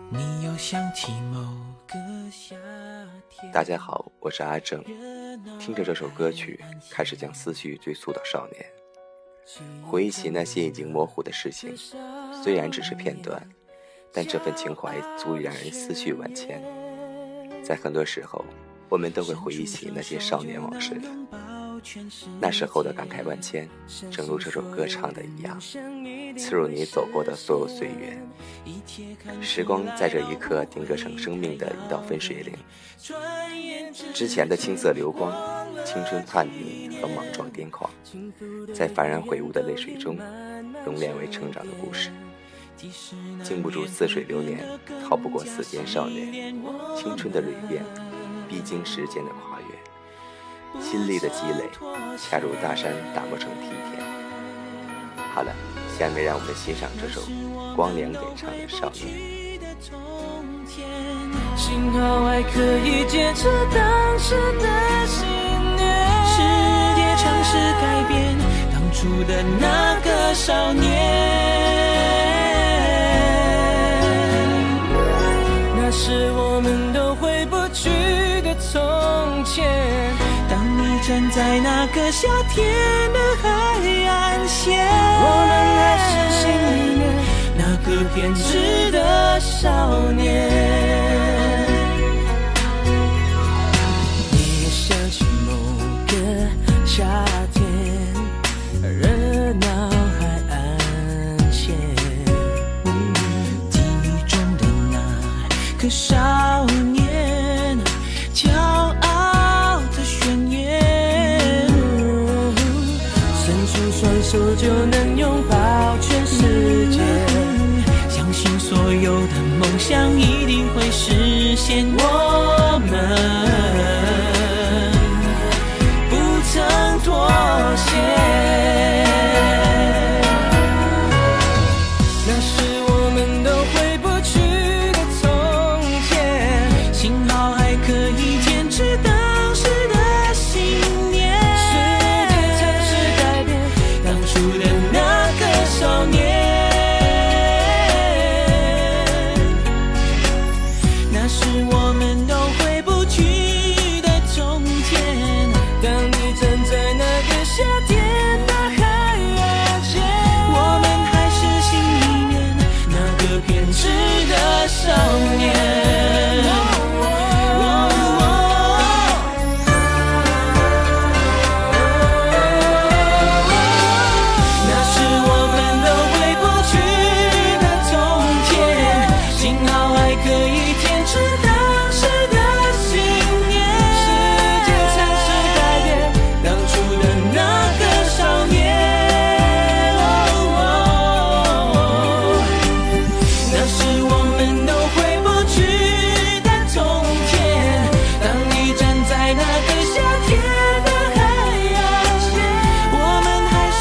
你又想起某个夏天。 大家好，我是阿正，听着这首歌曲，开始将思绪追溯到少年，回忆起那些已经模糊的事情，虽然只是片段，但这份情怀足以让人思绪万千。在很多时候，我们都会回忆起那些少年往事的，那时候的感慨万千，正如这首歌唱的一样，刺入你走过的所有岁月。时光在这一刻定格成生命的一道分水岭，之前的青涩流光、青春叛逆和莽撞癫狂，在幡然悔悟的泪水中熔炼为成长的故事。经不住似水流年，逃不过四间少年，青春的蜕变必经时间的跨越，心力的积累恰如大山打磨成梯田。好了，下面让我们欣赏这首光良演唱的《少年》。 幸好还可以坚持当时的信念，世界尝试改变当初的那个少年，那是我们都回不去的从前。当你站在那个夏天的海岸线，我们还是心里面那个偏执的少年。你想起某个夏天，热闹海岸线，记忆中的那个少年，骄傲的宣言，伸出双手就能拥抱全世界，相信所有的梦想一定会实现。我们不曾妥协，那是我们都回不去的从前。幸好还可以坚持当时的信念，世界曾是改变当初的那个少年，那是我们都回不去的从前。当你站在那个夏天的海岸线，我们还是心里面那个偏执的少年。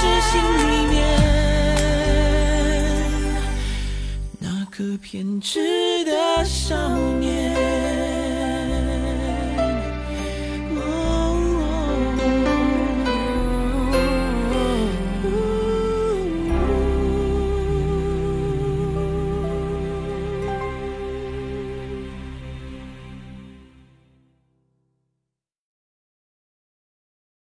偏执